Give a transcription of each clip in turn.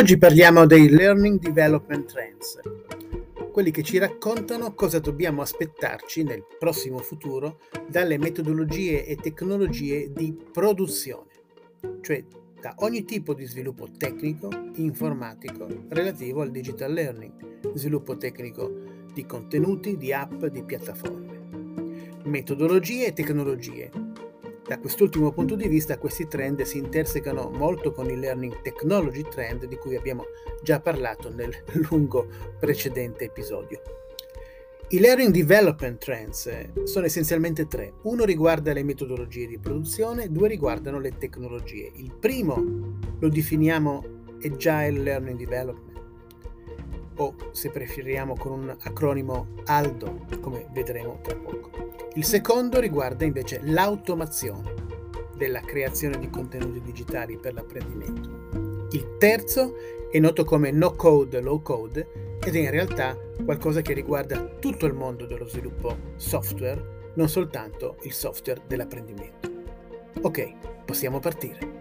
Oggi parliamo dei Learning Development Trends, quelli che ci raccontano cosa dobbiamo aspettarci nel prossimo futuro dalle metodologie e tecnologie di produzione, cioè da ogni tipo di sviluppo tecnico, informatico relativo al digital learning, sviluppo tecnico di contenuti, di app, di piattaforme. Metodologie e tecnologie. Da quest'ultimo punto di vista questi trend si intersecano molto con il Learning Technology Trend di cui abbiamo già parlato nel lungo precedente episodio. I Learning Development Trends sono essenzialmente tre. Uno riguarda le metodologie di produzione, due riguardano le tecnologie. Il primo lo definiamo Agile Learning Development, o se preferiamo con un acronimo ALDO, come vedremo tra poco. Il secondo riguarda invece l'automazione della creazione di contenuti digitali per l'apprendimento. Il terzo è noto come no code, low code ed è in realtà qualcosa che riguarda tutto il mondo dello sviluppo software, non soltanto il software dell'apprendimento. Ok, possiamo partire.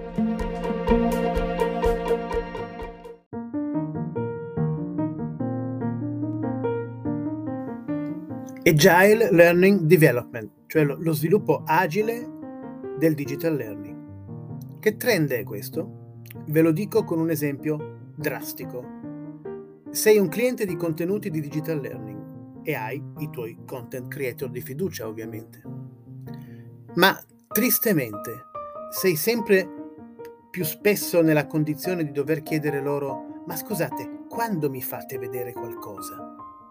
Agile Learning Development, cioè lo sviluppo agile del digital learning. Che trend è questo? Ve lo dico con un esempio drastico. Sei un cliente di contenuti di digital learning e hai i tuoi content creator di fiducia, ovviamente. Ma tristemente sei sempre più spesso nella condizione di dover chiedere loro: ma scusate, quando mi fate vedere qualcosa?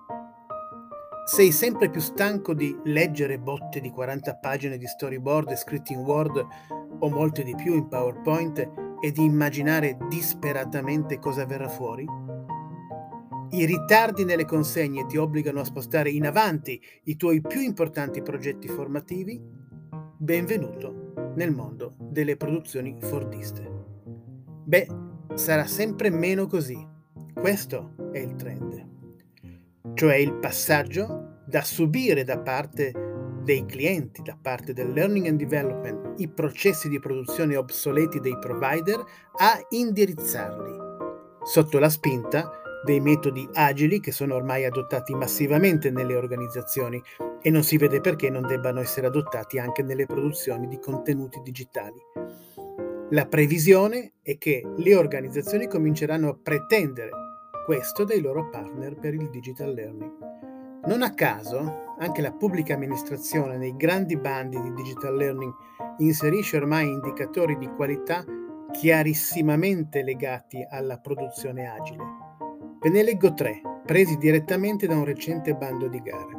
Sei sempre più stanco di leggere botte di 40 pagine di storyboard scritti in Word o molte di più in PowerPoint e di immaginare disperatamente cosa verrà fuori? I ritardi nelle consegne ti obbligano a spostare in avanti i tuoi più importanti progetti formativi? Benvenuto nel mondo delle produzioni fordiste. Beh, sarà sempre meno così. Questo è il trend. Cioè il passaggio da subire da parte dei clienti, da parte del learning and development, i processi di produzione obsoleti dei provider, a indirizzarli sotto la spinta dei metodi agili che sono ormai adottati massivamente nelle organizzazioni e non si vede perché non debbano essere adottati anche nelle produzioni di contenuti digitali. La previsione è che le organizzazioni cominceranno a pretendere questo dai loro partner per il digital learning. Non a caso, anche la pubblica amministrazione nei grandi bandi di digital learning inserisce ormai indicatori di qualità chiarissimamente legati alla produzione agile. Ve ne leggo tre, presi direttamente da un recente bando di gara.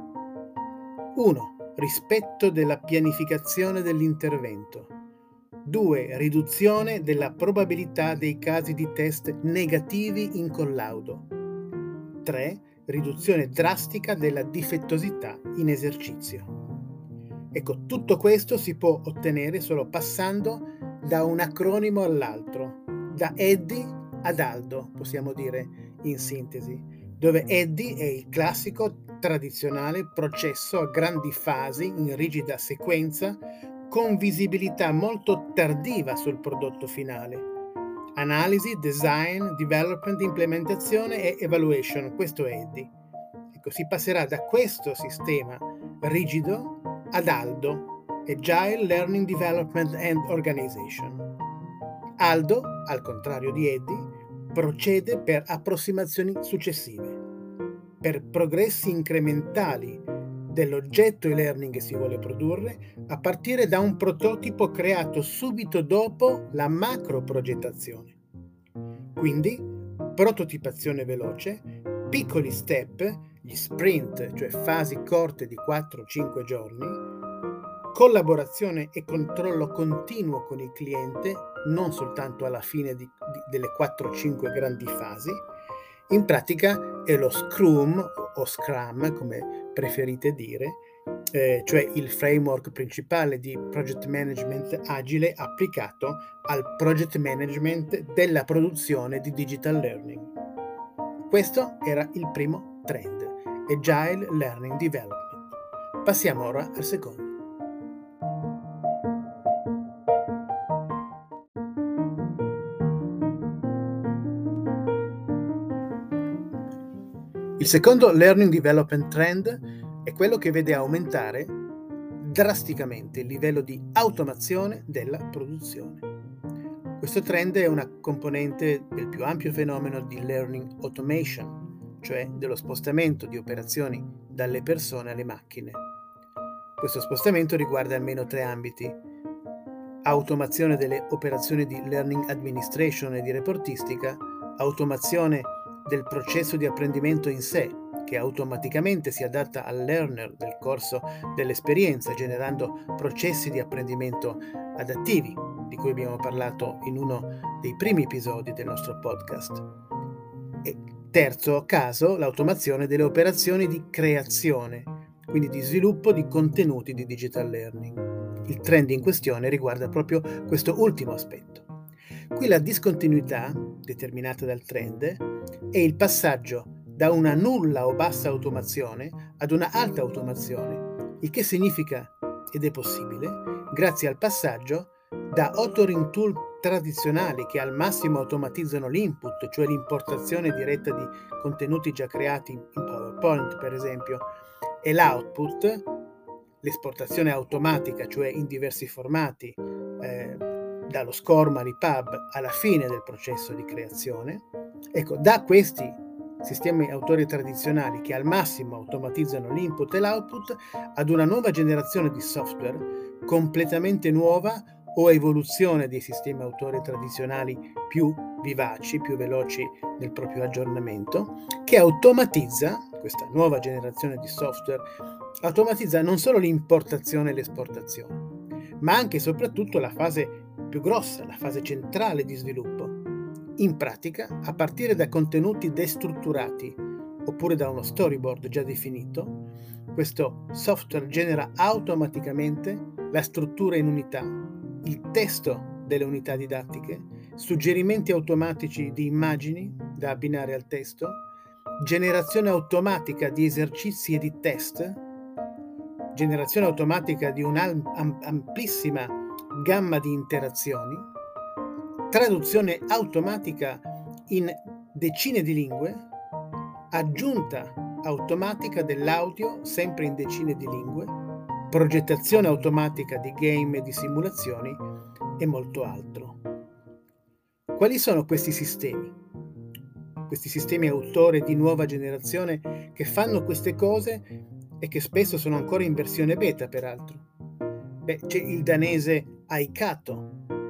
1. Rispetto della pianificazione dell'intervento. 2. Riduzione della probabilità dei casi di test negativi in collaudo. 3. Riduzione drastica della difettosità in esercizio. Ecco, tutto questo si può ottenere solo passando da un acronimo all'altro, da EDDI ad ALDO, possiamo dire in sintesi, dove EDDI è il classico tradizionale processo a grandi fasi in rigida sequenza con visibilità molto tardiva sul prodotto finale. Analisi, design, development, implementazione e evaluation, questo è EDDI. Ecco, si passerà da questo sistema rigido ad ALDO, Agile Learning Development and Organization. ALDO, al contrario di EDDI, procede per approssimazioni successive, per progressi incrementali dell'oggetto e-learning che si vuole produrre a partire da un prototipo creato subito dopo la macro progettazione. Quindi prototipazione veloce, piccoli step, gli sprint, cioè fasi corte di 4-5 giorni, collaborazione e controllo continuo con il cliente, non soltanto alla fine delle 4-5 grandi fasi. In pratica è lo Scrum o Scrum, come preferite dire, cioè il framework principale di project management agile applicato al project management della produzione di digital learning. Questo era il primo trend, Agile Learning Development. Passiamo ora al secondo. Il secondo learning development trend è quello che vede aumentare drasticamente il livello di automazione della produzione. Questo trend è una componente del più ampio fenomeno di learning automation, cioè dello spostamento di operazioni dalle persone alle macchine. Questo spostamento riguarda almeno 3 ambiti: automazione delle operazioni di learning administration e di reportistica, automazione del processo di apprendimento in sé, che automaticamente si adatta al learner del corso dell'esperienza, generando processi di apprendimento adattivi, di cui abbiamo parlato in uno dei primi episodi del nostro podcast. E terzo caso, l'automazione delle operazioni di creazione, quindi di sviluppo di contenuti di digital learning. Il trend in questione riguarda proprio questo ultimo aspetto. Qui la discontinuità, determinata dal trend, è il passaggio da una nulla o bassa automazione ad una alta automazione, il che significa, ed è possibile, grazie al passaggio da authoring tool tradizionali che al massimo automatizzano l'input, cioè l'importazione diretta di contenuti già creati in PowerPoint, per esempio, e l'output, l'esportazione automatica, cioè in diversi formati, dallo SCORM all'EPUB alla fine del processo di creazione. Ecco, da questi sistemi autori tradizionali che al massimo automatizzano l'input e l'output ad una nuova generazione di software completamente nuova o evoluzione dei sistemi autori tradizionali più vivaci, più veloci nel proprio aggiornamento, che automatizza, questa nuova generazione di software, automatizza non solo l'importazione e l'esportazione, ma anche e soprattutto la fase più grossa, la fase centrale di sviluppo. In pratica, a partire da contenuti destrutturati oppure da uno storyboard già definito, questo software genera automaticamente la struttura in unità, il testo delle unità didattiche, suggerimenti automatici di immagini da abbinare al testo, generazione automatica di esercizi e di test, generazione automatica di un'amplissima gamma di interazioni, traduzione automatica in decine di lingue, aggiunta automatica dell'audio sempre in decine di lingue, progettazione automatica di game e di simulazioni e molto altro. Quali sono questi sistemi? Questi sistemi autori di nuova generazione che fanno queste cose e che spesso sono ancora in versione beta, peraltro. C'è il danese Aikato,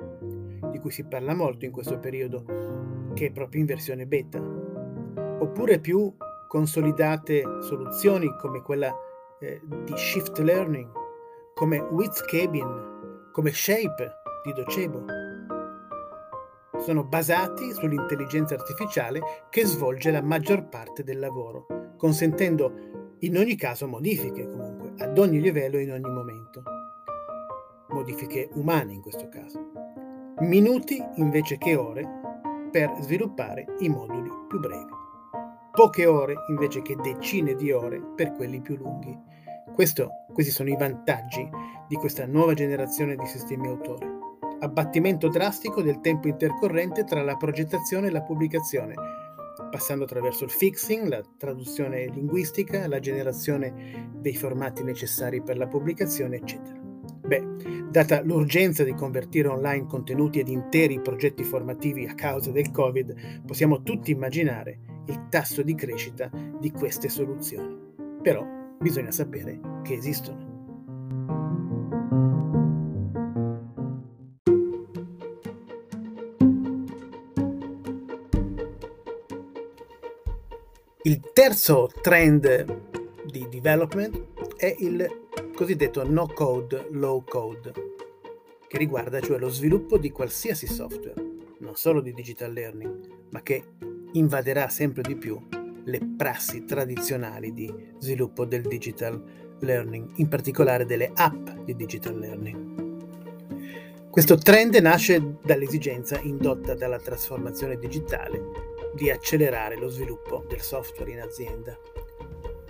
di cui si parla molto in questo periodo, che è proprio in versione beta, oppure più consolidate soluzioni come quella di Shift Learning, come Wizkebin, come Shape di Docebo. Sono basati sull'intelligenza artificiale che svolge la maggior parte del lavoro, consentendo in ogni caso modifiche comunque, ad ogni livello e in ogni momento. Modifiche umane in questo caso. Minuti invece che ore per sviluppare i moduli più brevi. Poche ore invece che decine di ore per quelli più lunghi. Questi sono i vantaggi di questa nuova generazione di sistemi autori. Abbattimento drastico del tempo intercorrente tra la progettazione e la pubblicazione, passando attraverso il fixing, la traduzione linguistica, la generazione dei formati necessari per la pubblicazione, eccetera. Data l'urgenza di convertire online contenuti ed interi progetti formativi a causa del Covid, possiamo tutti immaginare il tasso di crescita di queste soluzioni. Però bisogna sapere che esistono. Il terzo trend di development è il cosiddetto no code, low code, che riguarda cioè lo sviluppo di qualsiasi software, non solo di digital learning, ma che invaderà sempre di più le prassi tradizionali di sviluppo del digital learning, in particolare delle app di digital learning. Questo trend nasce dall'esigenza indotta dalla trasformazione digitale di accelerare lo sviluppo del software in azienda.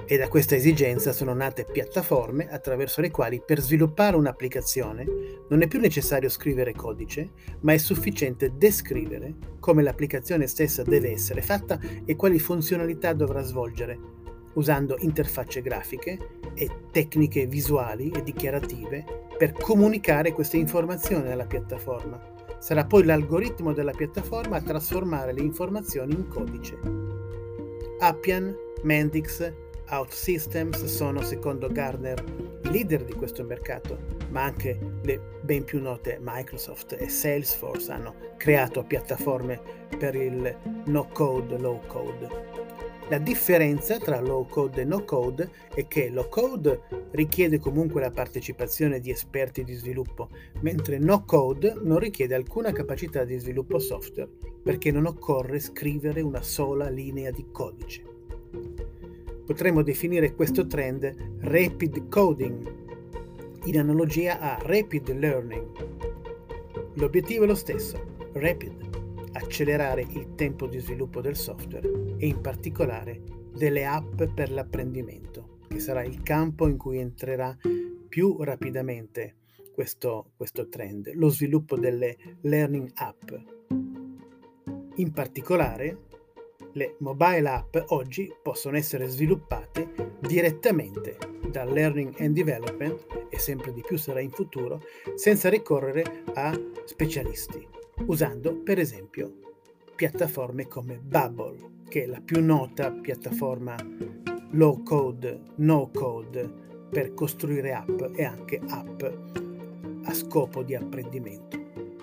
E da questa esigenza sono nate piattaforme attraverso le quali per sviluppare un'applicazione non è più necessario scrivere codice, ma è sufficiente descrivere come l'applicazione stessa deve essere fatta e quali funzionalità dovrà svolgere, usando interfacce grafiche e tecniche visuali e dichiarative per comunicare queste informazioni alla piattaforma. Sarà poi l'algoritmo della piattaforma a trasformare le informazioni in codice. Appian, Mendix, OutSystems sono, secondo Gartner, i leader di questo mercato, ma anche le ben più note Microsoft e Salesforce hanno creato piattaforme per il no-code, low-code. La differenza tra low-code e no-code è che low-code richiede comunque la partecipazione di esperti di sviluppo, mentre no-code non richiede alcuna capacità di sviluppo software, perché non occorre scrivere una sola linea di codice. Potremmo definire questo trend rapid coding, in analogia a rapid learning. L'obiettivo è lo stesso, rapid, accelerare il tempo di sviluppo del software e in particolare delle app per l'apprendimento, che sarà il campo in cui entrerà più rapidamente questo trend, lo sviluppo delle learning app. In particolare, le mobile app oggi possono essere sviluppate direttamente dal Learning and Development, e sempre di più sarà in futuro, senza ricorrere a specialisti, usando per esempio piattaforme come Bubble, che è la più nota piattaforma low code, no code per costruire app e anche app a scopo di apprendimento.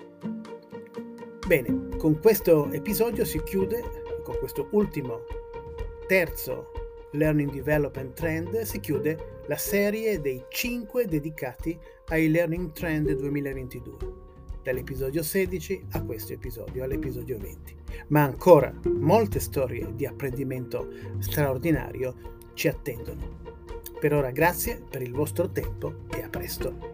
Bene, con questo episodio si chiude, con questo ultimo terzo Learning Development Trend, si chiude la serie dei 5 dedicati ai Learning Trend 2022, dall'episodio 16 a questo episodio, all'episodio 20. Ma ancora molte storie di apprendimento straordinario ci attendono. Per ora grazie per il vostro tempo e a presto.